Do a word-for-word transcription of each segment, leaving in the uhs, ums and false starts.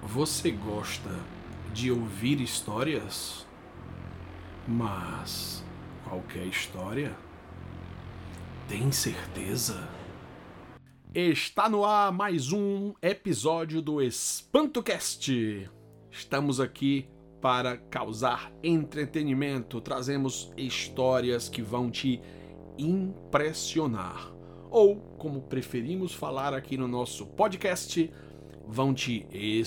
Você gosta de ouvir histórias? Mas qualquer história? Tem certeza? Está no ar mais um episódio do EspantoCast. Estamos aqui para causar entretenimento. Trazemos histórias que vão te impressionar. Ou, como preferimos falar aqui no nosso podcast, vão te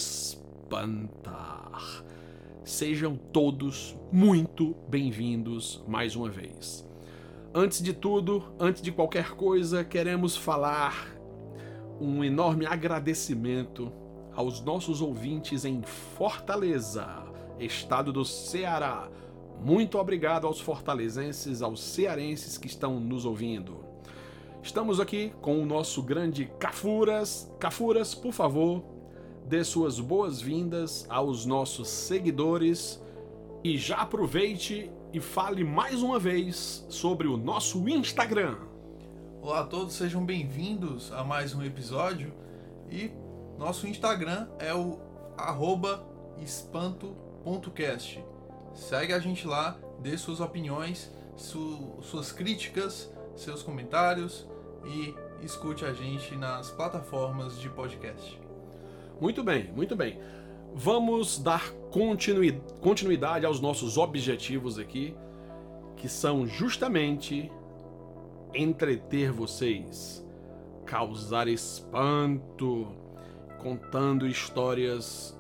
espantar. Sejam todos muito bem-vindos mais uma vez. Antes de tudo, antes de qualquer coisa, queremos falar um enorme agradecimento aos nossos ouvintes em Fortaleza, estado do Ceará. Muito obrigado aos fortalezenses, aos cearenses que estão nos ouvindo. Estamos aqui com o nosso grande Cafuras. Cafuras, por favor, dê suas boas-vindas aos nossos seguidores e já aproveite e fale mais uma vez sobre o nosso Instagram. Olá a todos, sejam bem-vindos a mais um episódio e nosso Instagram é o arroba espanto ponto cast. Segue a gente lá, dê suas opiniões, su- suas críticas, seus comentários e escute a gente nas plataformas de podcast. Muito bem, muito bem. Vamos dar continui- continuidade aos nossos objetivos aqui, que são justamente entreter vocês, causar espanto, contando histórias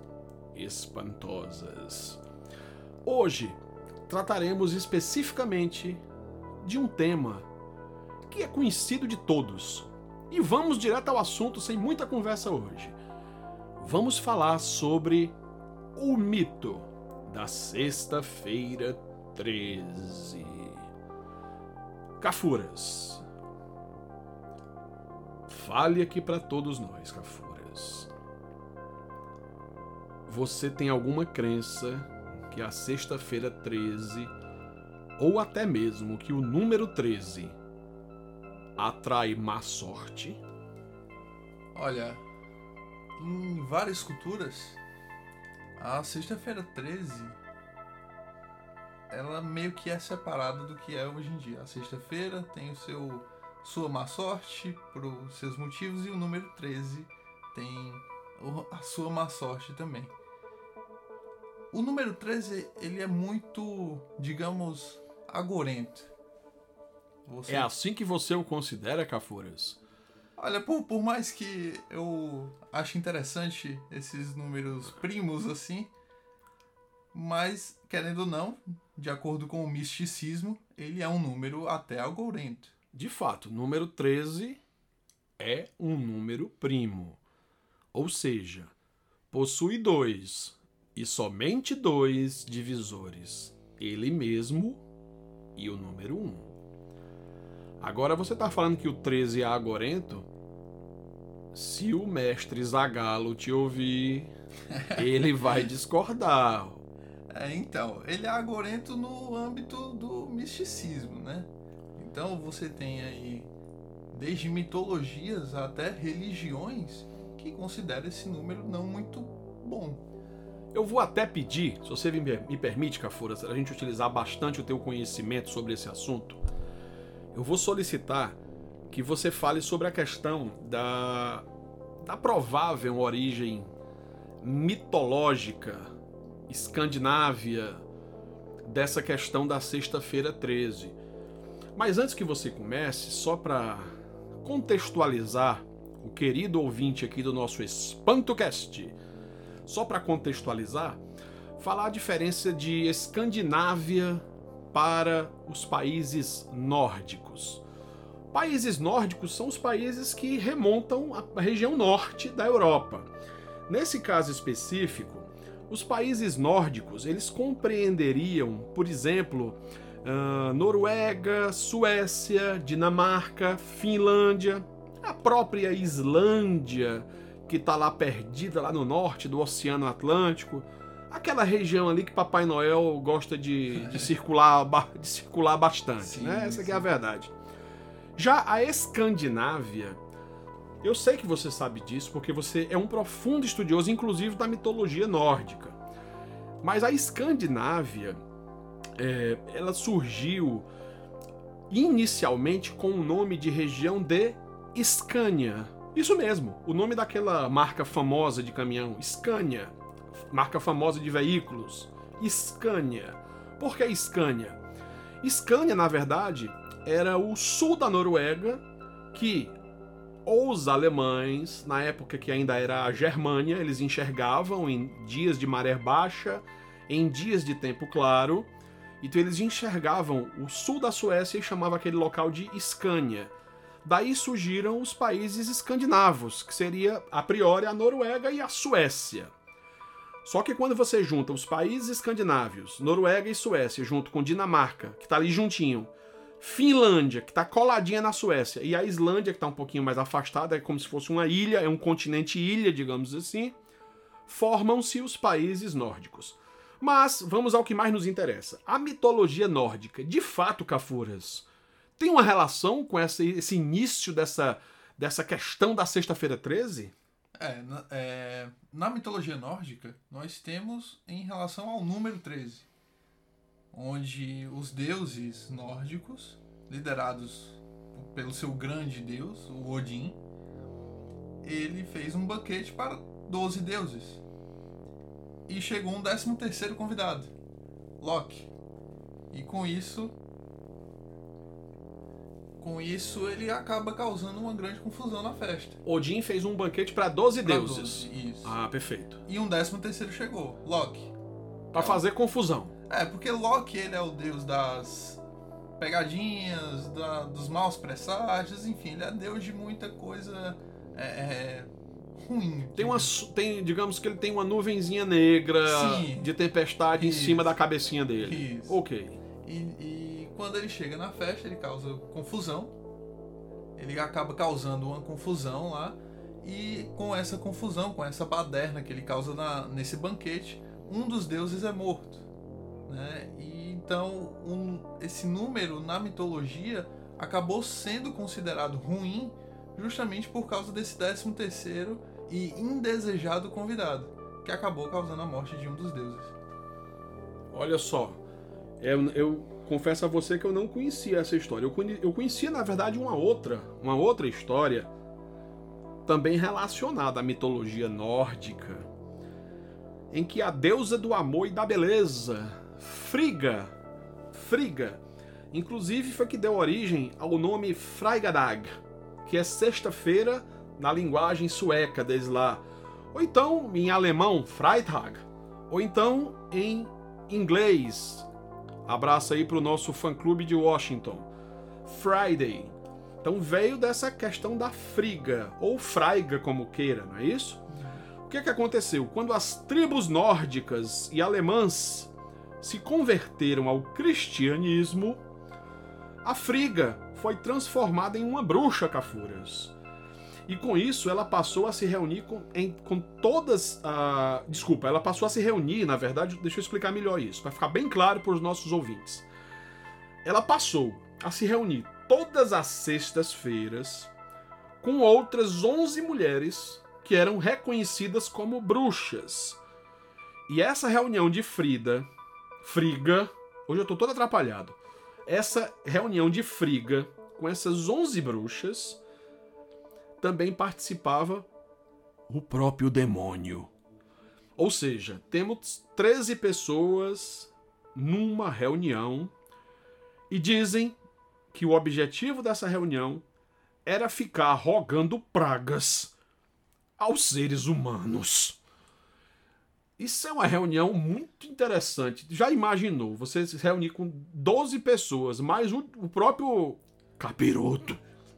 espantosas. Hoje trataremos especificamente de um tema que é conhecido de todos. E vamos direto ao assunto sem muita conversa hoje. Vamos falar sobre o mito da Sexta-feira treze. Cafuras, fale aqui para todos nós, Cafuras. Você tem alguma crença que a Sexta-feira treze, ou até mesmo que o número treze, atrai má sorte? Olha, em várias culturas, a Sexta-feira treze, ela meio que é separada do que é hoje em dia. A Sexta-feira tem o seu sua má sorte por seus motivos e o número treze tem a sua má sorte também. O número treze, ele é muito, digamos, agorento. Você... É assim que você o considera, Cafuras? Olha, por, por mais que eu ache interessante esses números primos assim, mas, querendo ou não, de acordo com o misticismo, ele é um número até agorento. De fato, o número treze é um número primo. Ou seja, possui dois e somente dois divisores. Ele mesmo e o número um. Agora você está falando que o treze é agorento? Se o mestre Zagalo te ouvir, ele vai discordar. É, então, ele é agorento no âmbito do misticismo, né? Então você tem aí, desde mitologias até religiões, que consideram esse número não muito bom. Eu vou até pedir, se você me permite, Cafuras, a gente utilizar bastante o teu conhecimento sobre esse assunto, eu vou solicitar que você fale sobre a questão da, da provável origem mitológica escandinávia dessa questão da Sexta-feira treze. Mas antes que você comece, só para contextualizar o querido ouvinte aqui do nosso EspantoCast, só para contextualizar, falar a diferença de Escandinávia para os países nórdicos. Países nórdicos são os países que remontam à região norte da Europa. Nesse caso específico, os países nórdicos, eles compreenderiam, por exemplo, uh, Noruega, Suécia, Dinamarca, Finlândia, a própria Islândia, que está lá perdida, lá no norte do Oceano Atlântico, aquela região ali que Papai Noel gosta de, de, circular, de circular bastante, sim, né? Essa aqui é a verdade. Já a Escandinávia Eu sei que você sabe disso porque você é um profundo estudioso, inclusive da mitologia nórdica. Mas a Escandinávia, é, ela surgiu inicialmente com o nome de região de Scania. Isso mesmo, o nome daquela marca famosa de caminhão, Scania. Marca famosa de veículos, Scania. Por que Scania? Scania, na verdade, era o sul da Noruega que os alemães, na época que ainda era a Germânia, eles enxergavam em dias de maré baixa, em dias de tempo claro. Então eles enxergavam o sul da Suécia e chamavam aquele local de Scania. Daí surgiram os países escandinavos, que seria, a priori, a Noruega e a Suécia. Só que quando você junta os países escandinavos, Noruega e Suécia, junto com Dinamarca, que está ali juntinho, Finlândia, que está coladinha na Suécia, e a Islândia, que está um pouquinho mais afastada, é como se fosse uma ilha, é um continente-ilha, digamos assim, formam-se os países nórdicos. Mas vamos ao que mais nos interessa. A mitologia nórdica, de fato, Cafuras, tem uma relação com essa, esse início dessa, dessa questão da Sexta-feira treze? É na, é, na mitologia nórdica, nós temos em relação ao número treze, onde os deuses nórdicos, liderados pelo seu grande deus, o Odin, ele fez um banquete para doze deuses. E chegou um décimo terceiro convidado, Loki. E com isso, com isso ele acaba causando uma grande confusão na festa. Odin fez um banquete para doze Pra deuses. doze, isso. Ah, perfeito. E um décimo terceiro chegou, Loki. Para fazer confusão. É, porque Loki ele é o deus das pegadinhas, da, dos maus presságios, enfim, ele é deus de muita coisa é, é, ruim. Tem uma, tem, digamos que ele tem uma nuvenzinha negra Sim. de tempestade Isso. em cima da cabecinha dele. Isso. Ok. E, e quando ele chega na festa, ele causa confusão. Ele acaba causando uma confusão lá. E com essa confusão, com essa baderna que ele causa na, nesse banquete, um dos deuses é morto. Né? E então um, esse número na mitologia acabou sendo considerado ruim justamente por causa desse décimo terceiro e indesejado convidado, que acabou causando a morte de um dos deuses. Olha só, eu, eu confesso a você que eu não conhecia essa história. Eu, conhe, eu conhecia, na verdade, uma outra, uma outra história também relacionada à mitologia nórdica, em que a deusa do amor e da beleza, Frigga, Frigga, inclusive foi que deu origem ao nome Freitag, que é sexta-feira na linguagem sueca deles lá, ou então em alemão, Freitag, ou então em inglês, abraço aí para o nosso fã-clube de Washington, Friday. Então veio dessa questão da Frigga, ou Fraiga como queira, não é isso? O que é que aconteceu? Quando as tribos nórdicas e alemãs se converteram ao cristianismo, a Frigga foi transformada em uma bruxa, Cafuras. E com isso ela passou a se reunir com, em, com todas... Uh, desculpa, ela passou a se reunir, na verdade, deixa eu explicar melhor isso, para ficar bem claro para os nossos ouvintes. Ela passou a se reunir todas as sextas-feiras com outras onze mulheres que eram reconhecidas como bruxas. E essa reunião de Frida, Frigga, hoje eu tô todo atrapalhado, essa reunião de Frigga com essas onze bruxas também participava o próprio demônio. Ou seja, temos treze pessoas numa reunião e dizem que o objetivo dessa reunião era ficar rogando pragas aos seres humanos. Isso é uma reunião muito interessante. Já imaginou você se reunir com doze pessoas, mais o, o próprio capiroto,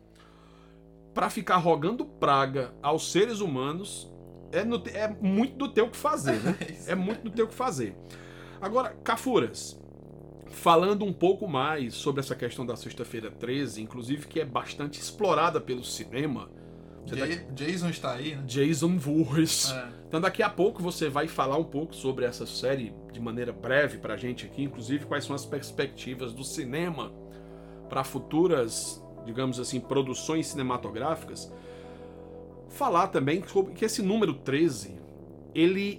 para ficar rogando praga aos seres humanos? É, no, é muito do teu que fazer, né? É muito do teu que fazer. Agora, Cafuras, falando um pouco mais sobre essa questão da Sexta-feira treze, inclusive que é bastante explorada pelo cinema. Jay, tá... Jason está aí, né? Jason Voorhees. É. Então daqui a pouco você vai falar um pouco sobre essa série de maneira breve pra gente aqui, inclusive quais são as perspectivas do cinema para futuras, digamos assim, produções cinematográficas. falar também sobre que esse número treze, ele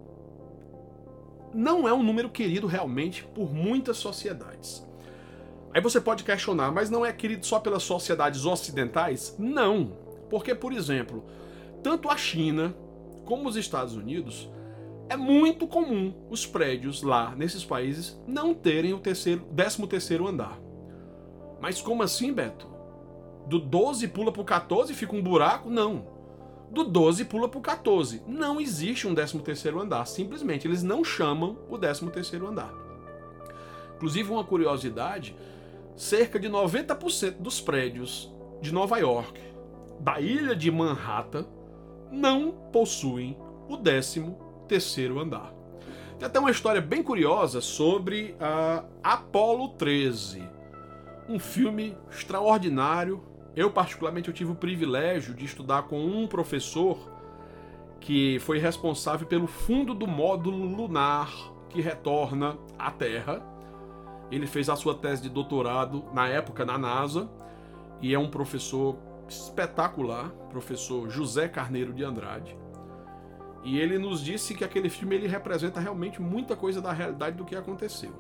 não é um número querido realmente por muitas sociedades. Aí você pode questionar, mas não é querido só pelas sociedades ocidentais? Não, porque, por exemplo, tanto a China como os Estados Unidos, é muito comum os prédios lá, nesses países, não terem o terceiro, décimo terceiro andar. Mas como assim, Beto? Do doze pula pro quatorze e fica um buraco? Não. Do doze pula pro quatorze. Não existe um décimo terceiro andar. Simplesmente, eles não chamam o décimo terceiro andar. Inclusive, uma curiosidade, cerca de noventa por cento dos prédios de Nova York, da ilha de Manhattan, não possuem o décimo terceiro andar. Tem até uma história bem curiosa sobre a Apollo treze, um filme extraordinário. Eu, particularmente, eu tive o privilégio de estudar com um professor que foi responsável pelo fundo do módulo lunar que retorna à Terra. Ele fez a sua tese de doutorado, na época, na NASA, e é um professor espetacular, professor José Carneiro de Andrade. E ele nos disse que aquele filme ele representa realmente muita coisa da realidade do que aconteceu.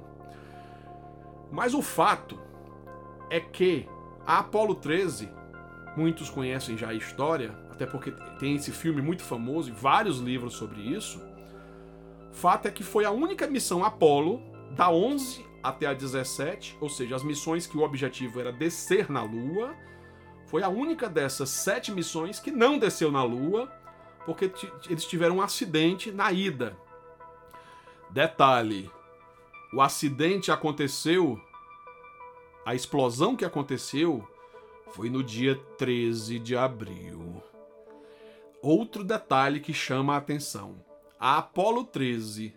Mas o fato é que a Apollo treze, muitos conhecem já a história, até porque tem esse filme muito famoso e vários livros sobre isso. O fato é que foi a única missão Apollo, da onze até a dezessete, ou seja, as missões que o objetivo era descer na Lua, foi a única dessas sete missões que não desceu na Lua, porque eles tiveram um acidente na ida. Detalhe, o acidente aconteceu, a explosão que aconteceu foi no dia treze de abril. Outro detalhe que chama a atenção, a Apollo treze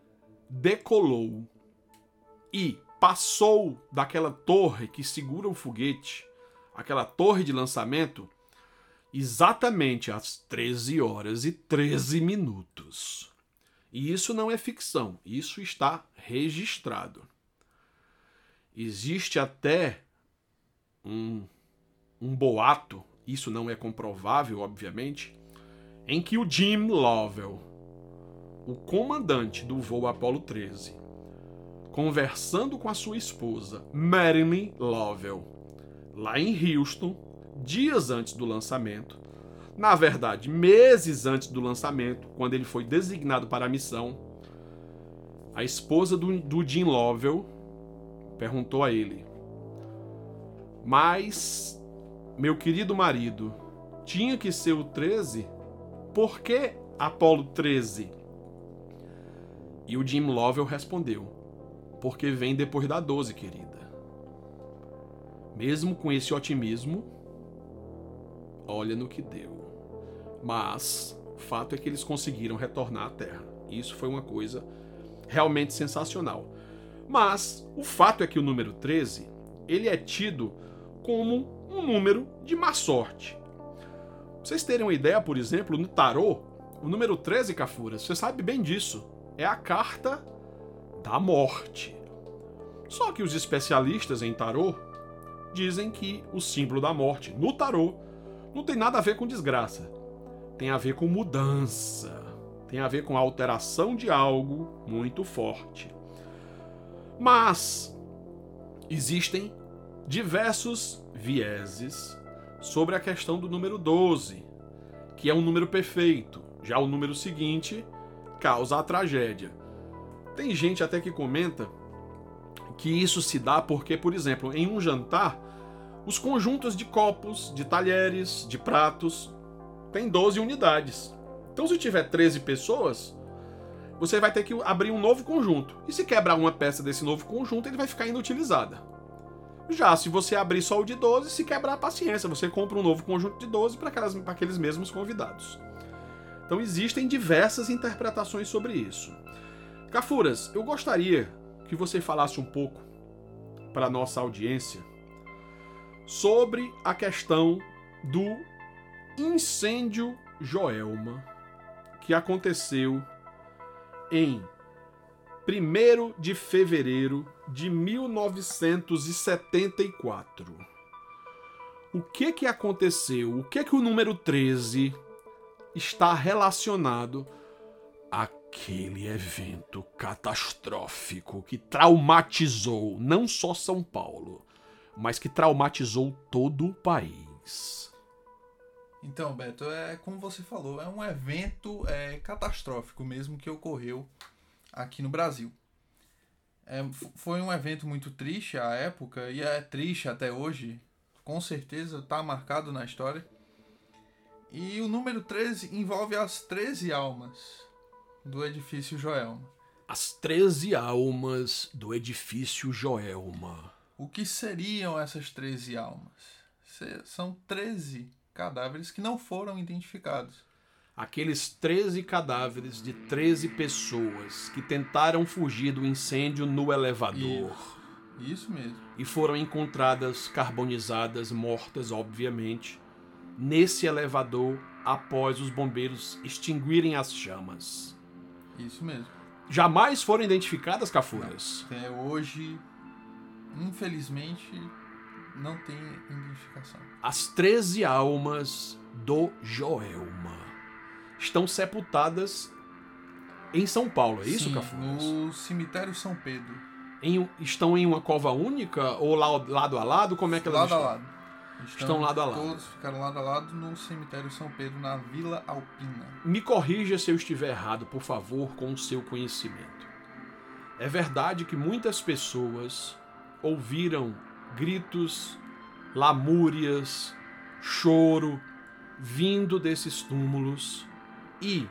decolou e passou daquela torre que segura o foguete, aquela torre de lançamento, exatamente às treze horas e treze minutos. E isso não é ficção, isso está registrado. Existe até um, um boato, isso não é comprovável, obviamente, em que o Jim Lovell, o comandante do voo Apollo treze, conversando com a sua esposa, Marilyn Lovell, lá em Houston, dias antes do lançamento, na verdade, meses antes do lançamento, quando ele foi designado para a missão, a esposa do, do Jim Lovell perguntou a ele: mas, meu querido marido, tinha que ser o treze? Por que Apollo treze? E o Jim Lovell respondeu: porque vem depois da doze, querida. Mesmo com esse otimismo, olha no que deu. Mas o fato é que eles conseguiram retornar à Terra. Isso foi uma coisa realmente sensacional. Mas o fato é que o número treze, ele é tido como um número de má sorte. Pra vocês terem uma ideia, por exemplo, no tarô, o número treze, Cafura, você sabe bem disso, é a carta da morte. Só que os especialistas em tarô dizem que o símbolo da morte no tarô não tem nada a ver com desgraça. Tem a ver com mudança. Tem a ver com alteração de algo muito forte. Mas existem diversos vieses sobre a questão do número doze, que é um número perfeito. Já o número seguinte causa a tragédia. Tem gente até que comenta que isso se dá porque, por exemplo, em um jantar, os conjuntos de copos, de talheres, de pratos têm doze unidades. Então, se tiver treze pessoas, você vai ter que abrir um novo conjunto. E se quebrar uma peça desse novo conjunto, ele vai ficar inutilizada. Já se você abrir só o de doze, se quebrar, paciência, você compra um novo conjunto de doze para aqueles mesmos convidados. Então existem diversas interpretações sobre isso. Cafuras, eu gostaria que você falasse um pouco para a nossa audiência sobre a questão do incêndio Joelma, que aconteceu em primeiro de fevereiro de mil novecentos e setenta e quatro. O que que aconteceu? O que que o número treze está relacionado àquele evento catastrófico que traumatizou não só São Paulo, mas que traumatizou todo o país? Então, Beto, é como você falou, é um evento é, catastrófico mesmo que ocorreu aqui no Brasil. É, foi um evento muito triste à época, e é triste até hoje, com certeza está marcado na história. E o número treze envolve as treze almas do edifício Joelma. As treze almas do edifício Joelma. O que seriam essas treze almas? São treze cadáveres que não foram identificados. Aqueles treze cadáveres de treze pessoas que tentaram fugir do incêndio no elevador. Isso, isso mesmo. E foram encontradas carbonizadas, mortas, obviamente, nesse elevador após os bombeiros extinguirem as chamas. Isso mesmo. Jamais foram identificadas, Cafuras? Não, até hoje, infelizmente, não tem identificação. As treze almas do Joelma estão sepultadas em São Paulo, é isso, Sim, Cafuras? no cemitério São Pedro. Em, estão em uma cova única ou lado a lado? Como é que elas lado estão? Lado a lado. Estão, estão lado a lado. Todos ficaram lado a lado no cemitério São Pedro, na Vila Alpina. Me corrija se eu estiver errado, por favor, com o seu conhecimento. É verdade que muitas pessoas ouviram gritos, lamúrias, choro vindo desses túmulos e,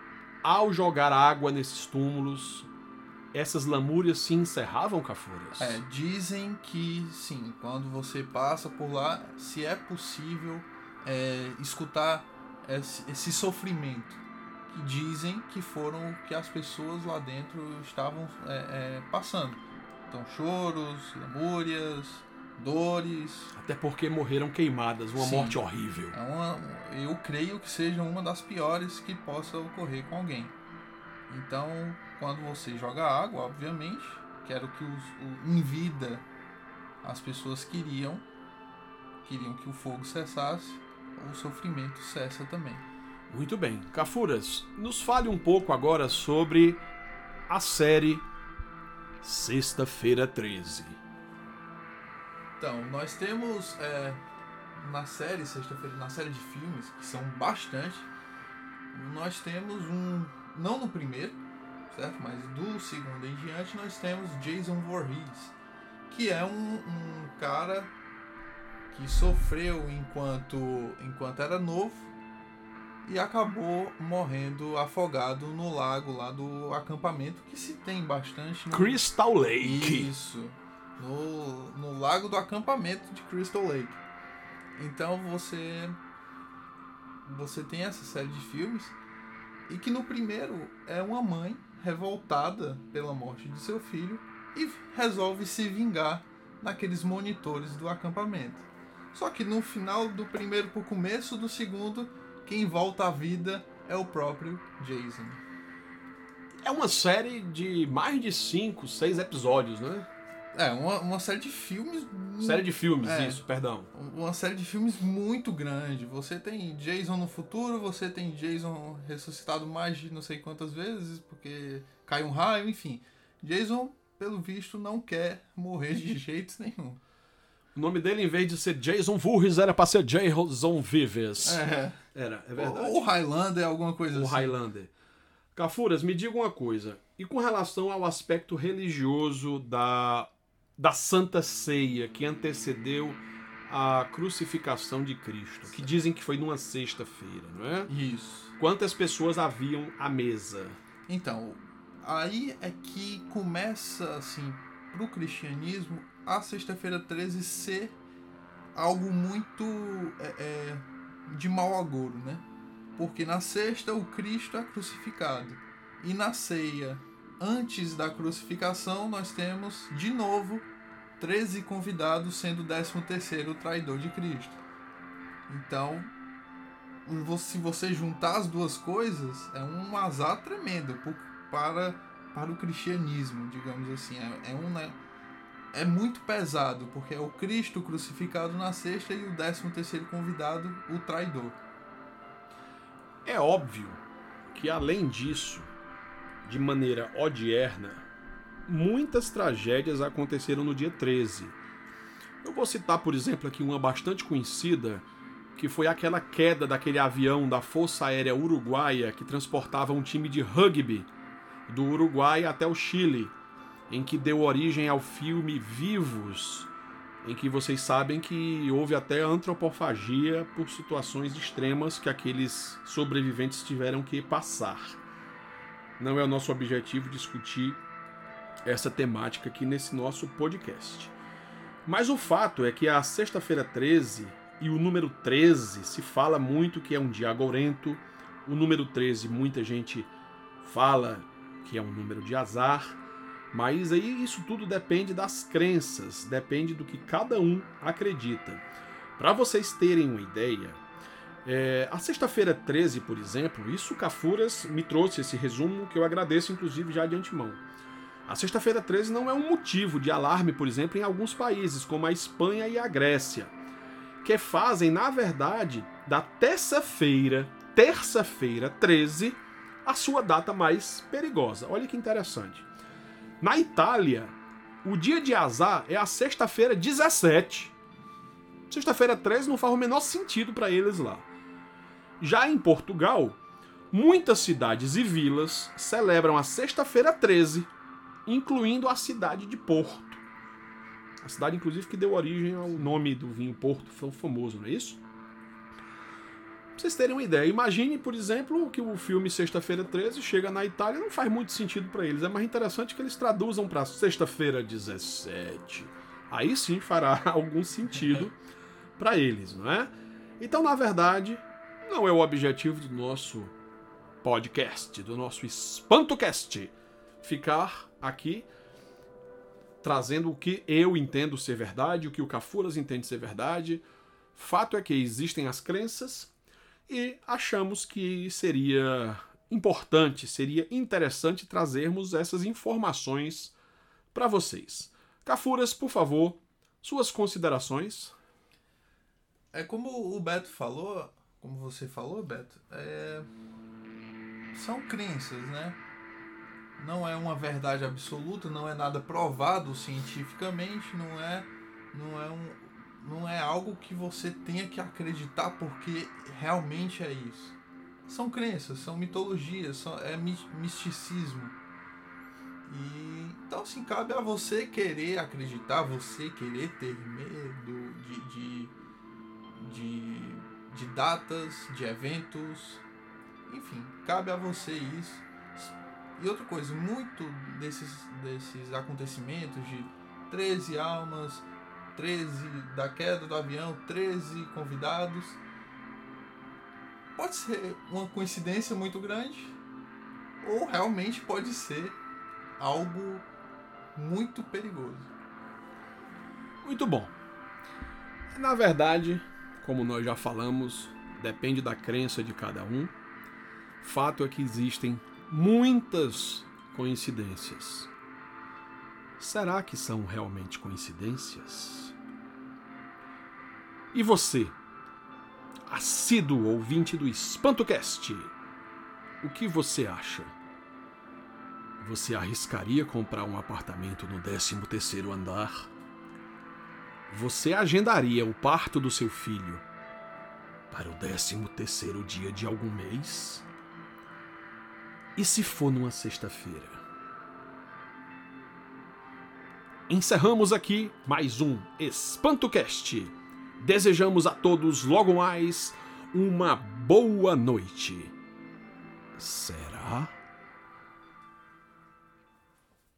ao jogar água nesses túmulos, essas lamúrias se encerravam, Cafuras? É, dizem que sim, quando você passa por lá, se é possível é, escutar esse, esse sofrimento. Que dizem que foram o que as pessoas lá dentro estavam é, é, passando. Então, choros, lamúrias, dores. Até porque morreram queimadas, uma Sim, morte horrível. É uma, eu creio que seja uma das piores que possa ocorrer com alguém. Então, quando você joga água, obviamente, que era o que os, o, em vida as pessoas queriam, queriam que o fogo cessasse, o sofrimento cessa também. Muito bem. Cafuras, nos fale um pouco agora sobre a série Sexta-feira treze. Então, nós temos é, na série Sexta-feira, na série de filmes, que são bastante, nós temos um, não no primeiro, certo? Mas do segundo em diante nós temos Jason Voorhees, que é um, um cara que sofreu enquanto, enquanto era novo e acabou morrendo afogado no lago lá do acampamento, que se tem bastante no... Crystal Lake. Isso, no, no lago do acampamento de Crystal Lake. Então você você tem essa série de filmes, e que no primeiro é uma mãe revoltada pela morte de seu filho e resolve se vingar naqueles monitores do acampamento. Só que no final do primeiro pro começo do segundo, quem volta à vida é o próprio Jason. É uma série de mais de cinco, seis episódios, né? É, uma, uma série de filmes... Série de filmes, é, isso, perdão. Uma série de filmes muito grande. Você tem Jason no futuro, você tem Jason ressuscitado mais de não sei quantas vezes, porque cai um raio, enfim. Jason, pelo visto, não quer morrer de jeito nenhum. O nome dele, em vez de ser Jason Voorhees, era pra ser Jason Vives. É. Era, é verdade. Ou Highlander, alguma coisa o assim. O Highlander. Cafuras, me diga uma coisa. E com relação ao aspecto religioso da, da Santa Ceia, que antecedeu a crucificação de Cristo, que dizem que foi numa sexta-feira, não é? Isso. Quantas pessoas haviam à mesa? Então, aí é que começa, assim, pro cristianismo, a Sexta-feira treze ser algo muito é, é, de mau agouro, né? Porque na sexta o Cristo é crucificado. E na ceia, antes da crucificação, nós temos, de novo, treze convidados, sendo o décimo terceiro o traidor de Cristo. Então, se você juntar as duas coisas, é um azar tremendo para, para o cristianismo, digamos assim. É, é um, né? é muito pesado, porque é o Cristo crucificado na sexta e o décimo terceiro convidado, o traidor. É óbvio que, além disso, de maneira odierna, muitas tragédias aconteceram no dia treze. Eu vou citar, por exemplo, aqui uma bastante conhecida, que foi aquela queda daquele avião da Força Aérea Uruguaia que transportava um time de rugby do Uruguai até o Chile, em que deu origem ao filme Vivos, em que vocês sabem que houve até antropofagia por situações extremas que aqueles sobreviventes tiveram que passar. Não é o nosso objetivo discutir essa temática aqui nesse nosso podcast. Mas o fato é que a sexta-feira treze e o número treze se fala muito que é um dia agourento. O número treze muita gente fala que é um número de azar. Mas aí isso tudo depende das crenças, depende do que cada um acredita. Para vocês terem uma ideia, é, a sexta-feira treze, por exemplo, isso Cafuras me trouxe esse resumo que eu agradeço inclusive já de antemão. A sexta-feira treze não é um motivo de alarme, por exemplo, em alguns países, como a Espanha e a Grécia, que fazem, na verdade, da terça-feira, terça-feira treze, a sua data mais perigosa. Olha que interessante. Na Itália, o dia de azar é a sexta-feira dezessete. Sexta-feira treze não faz o menor sentido para eles lá. Já em Portugal, muitas cidades e vilas celebram a sexta-feira treze, incluindo a cidade de Porto. A cidade, inclusive, que deu origem ao nome do vinho Porto, famoso, não é isso? Pra vocês terem uma ideia, imagine, por exemplo, que o filme Sexta-feira treze chega na Itália, não faz muito sentido para eles. É mais interessante que eles traduzam para Sexta-feira dezessete. Aí sim fará algum sentido para eles, não é? Então, na verdade, não é o objetivo do nosso podcast, do nosso EspantoCast, ficar aqui trazendo o que eu entendo ser verdade, o que o Cafuras entende ser verdade. Fato é que existem as crenças e achamos que seria importante, seria interessante trazermos essas informações para vocês. Cafuras, por favor, suas considerações. É como o Beto falou, como você falou, Beto, é... são crenças, né? Não é uma verdade absoluta, não é nada provado cientificamente, não é, não é, um, não é algo que você tenha que acreditar porque realmente é isso. São crenças, são mitologias, são, é misticismo. E, então, assim, cabe a você querer acreditar, você querer ter medo de, de, de, de datas, de eventos, enfim, cabe a você isso. E outra coisa, muito desses, desses acontecimentos de treze almas, treze da queda do avião, treze convidados, pode ser uma coincidência muito grande ou realmente pode ser algo muito perigoso. Muito bom. Na verdade, como nós já falamos, depende da crença de cada um. Fato é que existem muitas coincidências. Será que são realmente coincidências? E você, assíduo ouvinte do EspantoCast, o que você acha? Você arriscaria comprar um apartamento no décimo terceiro andar? Você agendaria o parto do seu filho para o décimo terceiro dia de algum mês? E se for numa sexta-feira? Encerramos aqui mais um EspantoCast. Desejamos a todos logo mais uma boa noite. Será?